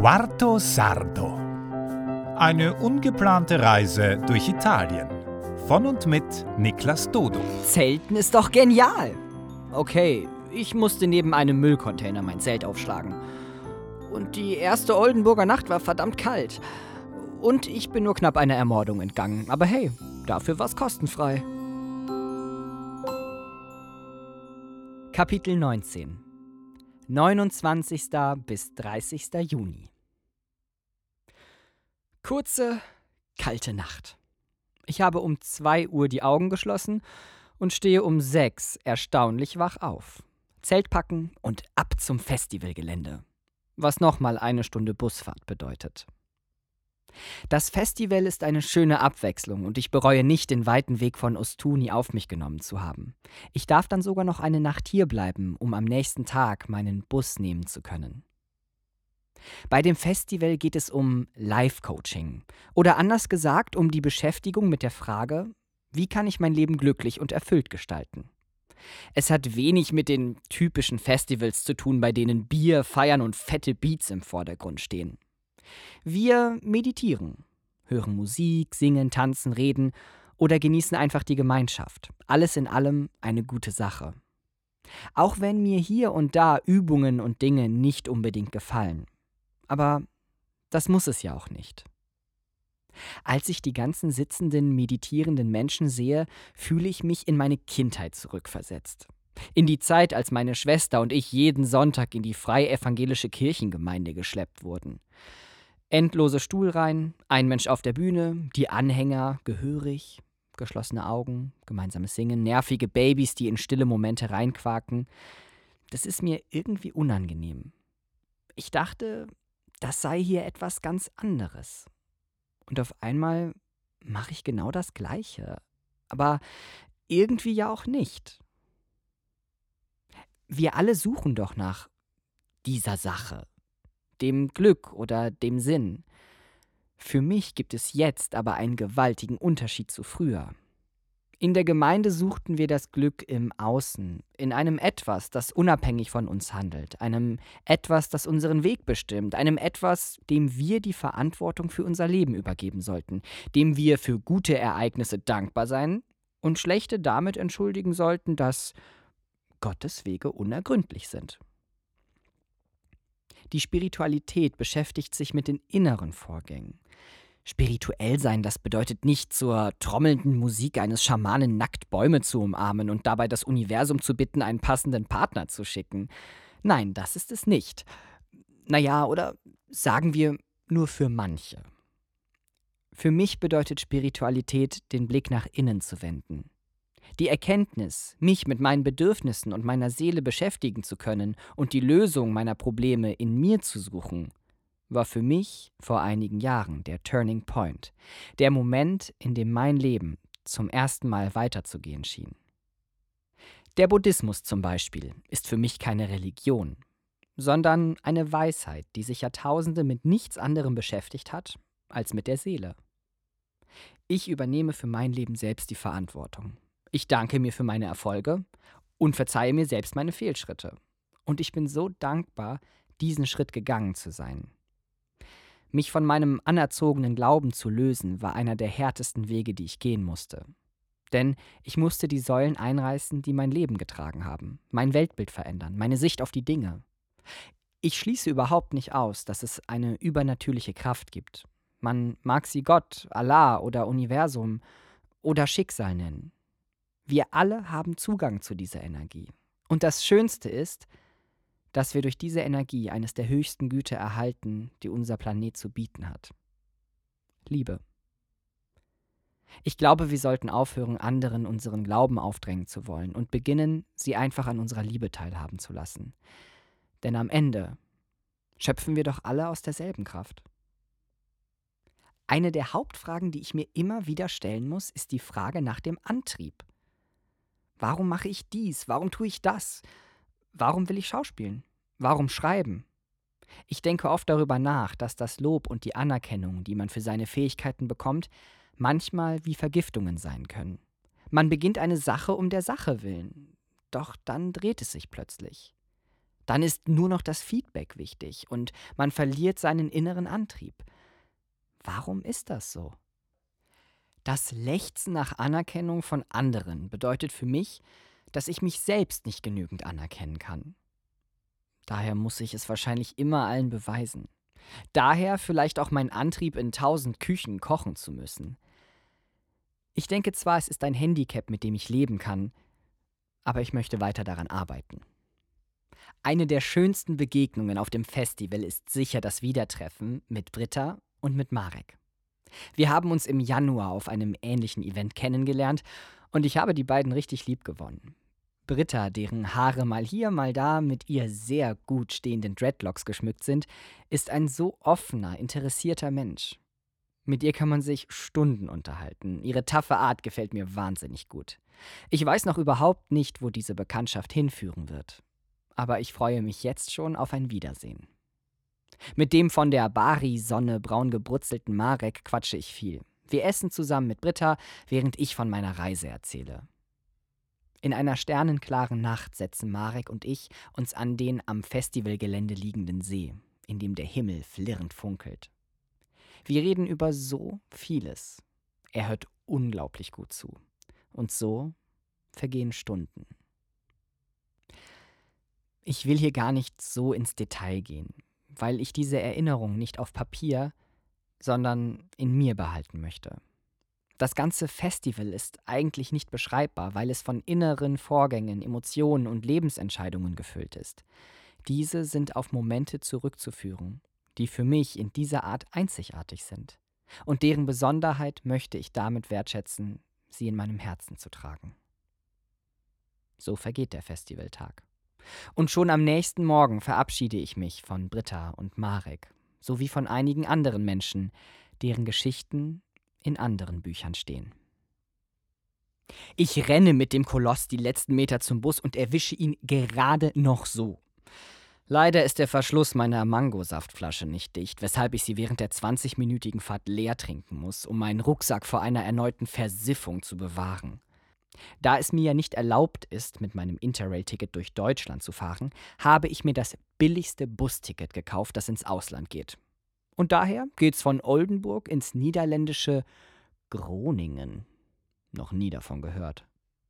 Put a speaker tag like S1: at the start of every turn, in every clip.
S1: Quarto Sardo. Eine ungeplante Reise durch Italien. Von und mit Niklas Dodo.
S2: Zelten ist doch genial! Okay, ich musste neben einem Müllcontainer mein Zelt aufschlagen. Und die erste Oldenburger Nacht war verdammt kalt. Und ich bin nur knapp einer Ermordung entgangen. Aber hey, dafür war's kostenfrei. Kapitel 19. 29. bis 30. Juni. Kurze, kalte Nacht. Ich habe um 2 Uhr die Augen geschlossen und stehe um 6 erstaunlich wach auf. Zelt packen und ab zum Festivalgelände. Was nochmal 1 Stunde Busfahrt bedeutet. Das Festival ist eine schöne Abwechslung und ich bereue nicht, den weiten Weg von Ostuni auf mich genommen zu haben. Ich darf dann sogar noch eine Nacht hier bleiben, um am nächsten Tag meinen Bus nehmen zu können. Bei dem Festival geht es um Life-Coaching oder anders gesagt um die Beschäftigung mit der Frage, wie kann ich mein Leben glücklich und erfüllt gestalten? Es hat wenig mit den typischen Festivals zu tun, bei denen Bier, Feiern und fette Beats im Vordergrund stehen. Wir meditieren, hören Musik, singen, tanzen, reden oder genießen einfach die Gemeinschaft. Alles in allem eine gute Sache. Auch wenn mir hier und da Übungen und Dinge nicht unbedingt gefallen. Aber das muss es ja auch nicht. Als ich die ganzen sitzenden, meditierenden Menschen sehe, fühle ich mich in meine Kindheit zurückversetzt. In die Zeit, als meine Schwester und ich jeden Sonntag in die freievangelische Kirchengemeinde geschleppt wurden. Endlose Stuhlreihen, ein Mensch auf der Bühne, die Anhänger gehörig, geschlossene Augen, gemeinsames Singen, nervige Babys, die in stille Momente reinquaken. Das ist mir irgendwie unangenehm. Ich dachte, das sei hier etwas ganz anderes. Und auf einmal mache ich genau das Gleiche. Aber irgendwie ja auch nicht. Wir alle suchen doch nach dieser Sache, dem Glück oder dem Sinn. Für mich gibt es jetzt aber einen gewaltigen Unterschied zu früher. In der Gemeinde suchten wir das Glück im Außen, in einem Etwas, das unabhängig von uns handelt, einem Etwas, das unseren Weg bestimmt, einem Etwas, dem wir die Verantwortung für unser Leben übergeben sollten, dem wir für gute Ereignisse dankbar sein und schlechte damit entschuldigen sollten, dass Gottes Wege unergründlich sind. Die Spiritualität beschäftigt sich mit den inneren Vorgängen. Spirituell sein, das bedeutet nicht, zur trommelnden Musik eines Schamanen nackt Bäume zu umarmen und dabei das Universum zu bitten, einen passenden Partner zu schicken. Nein, das ist es nicht. Naja, oder sagen wir nur für manche. Für mich bedeutet Spiritualität, den Blick nach innen zu wenden. Die Erkenntnis, mich mit meinen Bedürfnissen und meiner Seele beschäftigen zu können und die Lösung meiner Probleme in mir zu suchen, war für mich vor einigen Jahren der Turning Point, der Moment, in dem mein Leben zum ersten Mal weiterzugehen schien. Der Buddhismus zum Beispiel ist für mich keine Religion, sondern eine Weisheit, die sich Jahrtausende mit nichts anderem beschäftigt hat als mit der Seele. Ich übernehme für mein Leben selbst die Verantwortung. Ich danke mir für meine Erfolge und verzeihe mir selbst meine Fehlschritte. Und ich bin so dankbar, diesen Schritt gegangen zu sein. Mich von meinem anerzogenen Glauben zu lösen, war einer der härtesten Wege, die ich gehen musste. Denn ich musste die Säulen einreißen, die mein Leben getragen haben, mein Weltbild verändern, meine Sicht auf die Dinge. Ich schließe überhaupt nicht aus, dass es eine übernatürliche Kraft gibt. Man mag sie Gott, Allah oder Universum oder Schicksal nennen. Wir alle haben Zugang zu dieser Energie. Und das Schönste ist, dass wir durch diese Energie eines der höchsten Güter erhalten, die unser Planet zu bieten hat. Liebe. Ich glaube, wir sollten aufhören, anderen unseren Glauben aufdrängen zu wollen und beginnen, sie einfach an unserer Liebe teilhaben zu lassen. Denn am Ende schöpfen wir doch alle aus derselben Kraft. Eine der Hauptfragen, die ich mir immer wieder stellen muss, ist die Frage nach dem Antrieb. Warum mache ich dies? Warum tue ich das? Warum will ich schauspielen? Warum schreiben? Ich denke oft darüber nach, dass das Lob und die Anerkennung, die man für seine Fähigkeiten bekommt, manchmal wie Vergiftungen sein können. Man beginnt eine Sache um der Sache willen, doch dann dreht es sich plötzlich. Dann ist nur noch das Feedback wichtig und man verliert seinen inneren Antrieb. Warum ist das so? Das Lechzen nach Anerkennung von anderen bedeutet für mich, dass ich mich selbst nicht genügend anerkennen kann. Daher muss ich es wahrscheinlich immer allen beweisen. Daher vielleicht auch mein Antrieb, in 1000 Küchen kochen zu müssen. Ich denke zwar, es ist ein Handicap, mit dem ich leben kann, aber ich möchte weiter daran arbeiten. Eine der schönsten Begegnungen auf dem Festival ist sicher das Wiedertreffen mit Britta und mit Marek. Wir haben uns im Januar auf einem ähnlichen Event kennengelernt und ich habe die beiden richtig lieb gewonnen. Britta, deren Haare mal hier, mal da mit ihr sehr gut stehenden Dreadlocks geschmückt sind, ist ein so offener, interessierter Mensch. Mit ihr kann man sich Stunden unterhalten. Ihre taffe Art gefällt mir wahnsinnig gut. Ich weiß noch überhaupt nicht, wo diese Bekanntschaft hinführen wird. Aber ich freue mich jetzt schon auf ein Wiedersehen. Mit dem von der Bari-Sonne braun gebrutzelten Marek quatsche ich viel. Wir essen zusammen mit Britta, während ich von meiner Reise erzähle. In einer sternenklaren Nacht setzen Marek und ich uns an den am Festivalgelände liegenden See, in dem der Himmel flirrend funkelt. Wir reden über so vieles. Er hört unglaublich gut zu. Und so vergehen Stunden. Ich will hier gar nicht so ins Detail gehen, weil ich diese Erinnerung nicht auf Papier, sondern in mir behalten möchte. Das ganze Festival ist eigentlich nicht beschreibbar, weil es von inneren Vorgängen, Emotionen und Lebensentscheidungen gefüllt ist. Diese sind auf Momente zurückzuführen, die für mich in dieser Art einzigartig sind. Und deren Besonderheit möchte ich damit wertschätzen, sie in meinem Herzen zu tragen. So vergeht der Festivaltag. Und schon am nächsten Morgen verabschiede ich mich von Britta und Marek, sowie von einigen anderen Menschen, deren Geschichten in anderen Büchern stehen. Ich renne mit dem Koloss die letzten Meter zum Bus und erwische ihn gerade noch so. Leider ist der Verschluss meiner Mangosaftflasche nicht dicht, weshalb ich sie während der 20-minütigen Fahrt leer trinken muss, um meinen Rucksack vor einer erneuten Versiffung zu bewahren. Da es mir ja nicht erlaubt ist, mit meinem Interrail-Ticket durch Deutschland zu fahren, habe ich mir das billigste Busticket gekauft, das ins Ausland geht. Und daher geht's von Oldenburg ins niederländische Groningen. Noch nie davon gehört.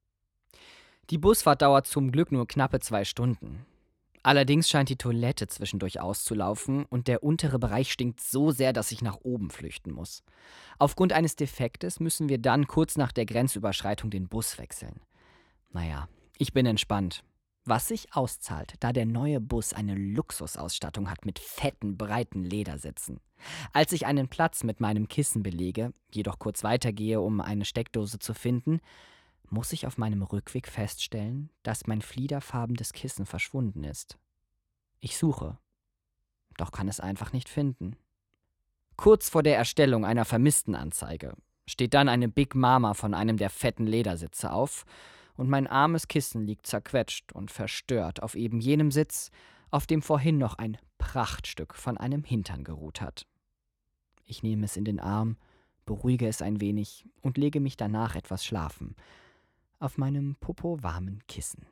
S2: Die Busfahrt dauert zum Glück nur knappe 2 Stunden. Allerdings scheint die Toilette zwischendurch auszulaufen und der untere Bereich stinkt so sehr, dass ich nach oben flüchten muss. Aufgrund eines Defektes müssen wir dann kurz nach der Grenzüberschreitung den Bus wechseln. Naja, ich bin entspannt. Was sich auszahlt, da der neue Bus eine Luxusausstattung hat mit fetten, breiten Ledersitzen. Als ich einen Platz mit meinem Kissen belege, jedoch kurz weitergehe, um eine Steckdose zu finden, muss ich auf meinem Rückweg feststellen, dass mein fliederfarbenes Kissen verschwunden ist. Ich suche, doch kann es einfach nicht finden. Kurz vor der Erstellung einer Vermisstenanzeige steht dann eine Big Mama von einem der fetten Ledersitze auf und mein armes Kissen liegt zerquetscht und verstört auf eben jenem Sitz, auf dem vorhin noch ein Prachtstück von einem Hintern geruht hat. Ich nehme es in den Arm, beruhige es ein wenig und lege mich danach etwas schlafen, auf meinem popowarmen Kissen.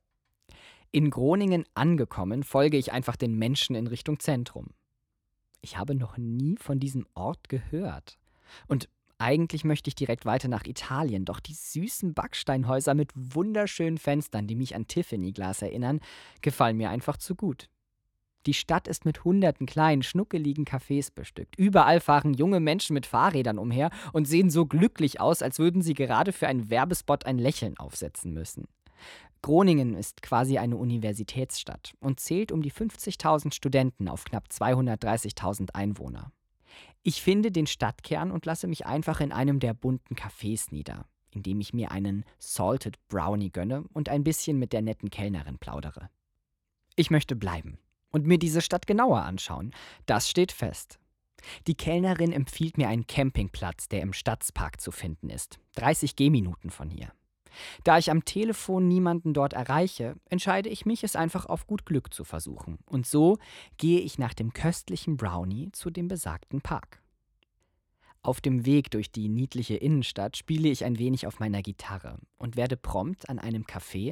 S2: In Groningen angekommen, folge ich einfach den Menschen in Richtung Zentrum. Ich habe noch nie von diesem Ort gehört. Und eigentlich möchte ich direkt weiter nach Italien, doch die süßen Backsteinhäuser mit wunderschönen Fenstern, die mich an Tiffany-Glas erinnern, gefallen mir einfach zu gut. Die Stadt ist mit hunderten kleinen, schnuckeligen Cafés bestückt. Überall fahren junge Menschen mit Fahrrädern umher und sehen so glücklich aus, als würden sie gerade für einen Werbespot ein Lächeln aufsetzen müssen. Groningen ist quasi eine Universitätsstadt und zählt um die 50.000 Studenten auf knapp 230.000 Einwohner. Ich finde den Stadtkern und lasse mich einfach in einem der bunten Cafés nieder, indem ich mir einen Salted Brownie gönne und ein bisschen mit der netten Kellnerin plaudere. Ich möchte bleiben und mir diese Stadt genauer anschauen. Das steht fest. Die Kellnerin empfiehlt mir einen Campingplatz, der im Stadtspark zu finden ist. 30 Gehminuten von hier. Da ich am Telefon niemanden dort erreiche, entscheide ich mich, es einfach auf gut Glück zu versuchen. Und so gehe ich nach dem köstlichen Brownie zu dem besagten Park. Auf dem Weg durch die niedliche Innenstadt spiele ich ein wenig auf meiner Gitarre und werde prompt an einem Café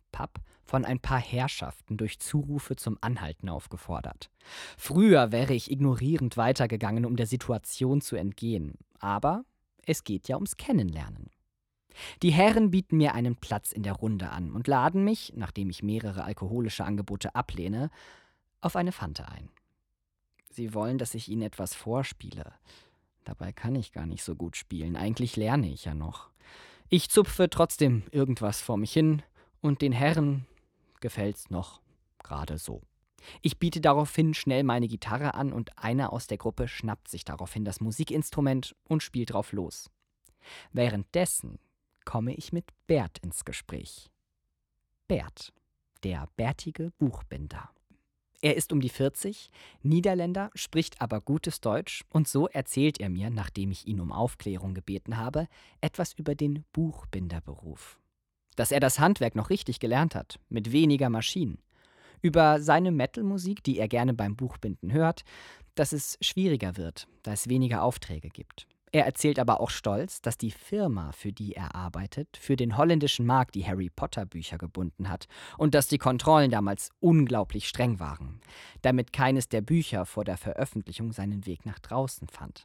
S2: Pub von ein paar Herrschaften durch Zurufe zum Anhalten aufgefordert. Früher wäre ich ignorierend weitergegangen, um der Situation zu entgehen. Aber es geht ja ums Kennenlernen. Die Herren bieten mir einen Platz in der Runde an und laden mich, nachdem ich mehrere alkoholische Angebote ablehne, auf eine Fanta ein. Sie wollen, dass ich ihnen etwas vorspiele. Dabei kann ich gar nicht so gut spielen. Eigentlich lerne ich ja noch. Ich zupfe trotzdem irgendwas vor mich hin und den Herren gefällt's noch gerade so. Ich biete daraufhin schnell meine Gitarre an und einer aus der Gruppe schnappt sich daraufhin das Musikinstrument und spielt drauf los. Währenddessen komme ich mit Bert ins Gespräch. Bert, der bärtige Buchbinder. Er ist um die 40, Niederländer, spricht aber gutes Deutsch und so erzählt er mir, nachdem ich ihn um Aufklärung gebeten habe, etwas über den Buchbinderberuf. Dass er das Handwerk noch richtig gelernt hat, mit weniger Maschinen. Über seine Metal-Musik, die er gerne beim Buchbinden hört, dass es schwieriger wird, da es weniger Aufträge gibt. Er erzählt aber auch stolz, dass die Firma, für die er arbeitet, für den holländischen Markt die Harry-Potter-Bücher gebunden hat und dass die Kontrollen damals unglaublich streng waren, damit keines der Bücher vor der Veröffentlichung seinen Weg nach draußen fand.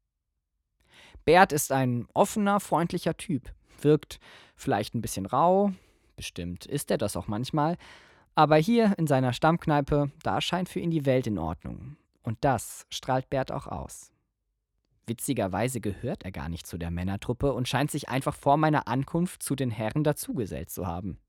S2: Bert ist ein offener, freundlicher Typ, wirkt vielleicht ein bisschen rau, bestimmt ist er das auch manchmal, aber hier in seiner Stammkneipe, da scheint für ihn die Welt in Ordnung. Und das strahlt Bert auch aus. Witzigerweise gehört er gar nicht zu der Männertruppe und scheint sich einfach vor meiner Ankunft zu den Herren dazugesellt zu haben.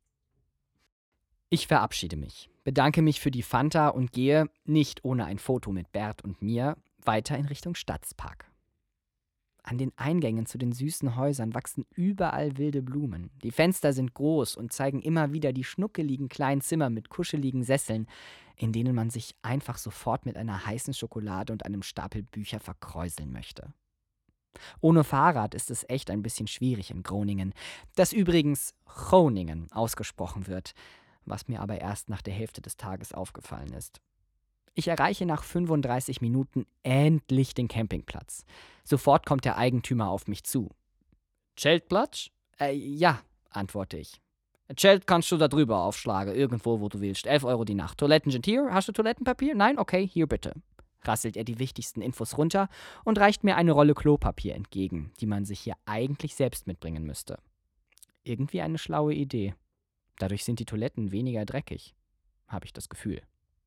S2: Ich verabschiede mich, bedanke mich für die Fanta und gehe, nicht ohne ein Foto mit Bert und mir, weiter in Richtung Stadtspark. An den Eingängen zu den süßen Häusern wachsen überall wilde Blumen. Die Fenster sind groß und zeigen immer wieder die schnuckeligen kleinen Zimmer mit kuscheligen Sesseln, in denen man sich einfach sofort mit einer heißen Schokolade und einem Stapel Bücher verkräuseln möchte. Ohne Fahrrad ist es echt ein bisschen schwierig in Groningen, das übrigens Groningen ausgesprochen wird, was mir aber erst nach der Hälfte des Tages aufgefallen ist. Ich erreiche nach 35 Minuten endlich den Campingplatz. Sofort kommt der Eigentümer auf mich zu. Zeltplatz? Ja, antworte ich. Zelt kannst du da drüber aufschlagen, irgendwo, wo du willst. 11 Euro die Nacht. Toiletten sind hier. Hast du Toilettenpapier? Nein? Okay, hier bitte. Rasselt er die wichtigsten Infos runter und reicht mir eine Rolle Klopapier entgegen, die man sich hier eigentlich selbst mitbringen müsste. Irgendwie eine schlaue Idee. Dadurch sind die Toiletten weniger dreckig, habe ich das Gefühl.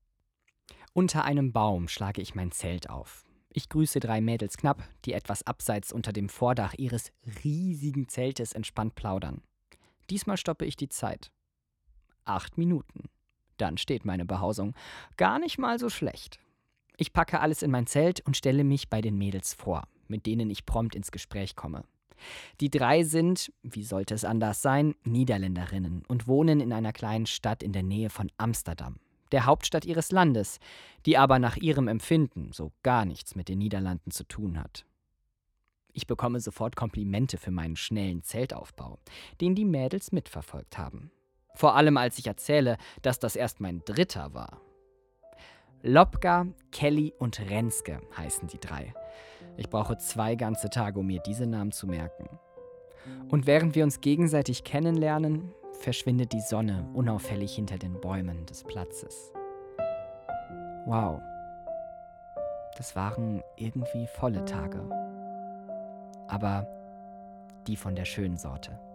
S2: Unter einem Baum schlage ich mein Zelt auf. Ich grüße 3 Mädels knapp, die etwas abseits unter dem Vordach ihres riesigen Zeltes entspannt plaudern. Diesmal stoppe ich die Zeit. 8 Minuten. Dann steht meine Behausung. Gar nicht mal so schlecht. Ich packe alles in mein Zelt und stelle mich bei den Mädels vor, mit denen ich prompt ins Gespräch komme. Die 3 sind, wie sollte es anders sein, Niederländerinnen und wohnen in einer kleinen Stadt in der Nähe von Amsterdam, der Hauptstadt ihres Landes, die aber nach ihrem Empfinden so gar nichts mit den Niederlanden zu tun hat. Ich bekomme sofort Komplimente für meinen schnellen Zeltaufbau, den die Mädels mitverfolgt haben. Vor allem als ich erzähle, dass das erst mein 3. war. Lopka, Kelly und Renske heißen die 3. Ich brauche 2 ganze Tage, um mir diese Namen zu merken. Und während wir uns gegenseitig kennenlernen, verschwindet die Sonne unauffällig hinter den Bäumen des Platzes. Wow, das waren irgendwie volle Tage. Aber die von der schönen Sorte.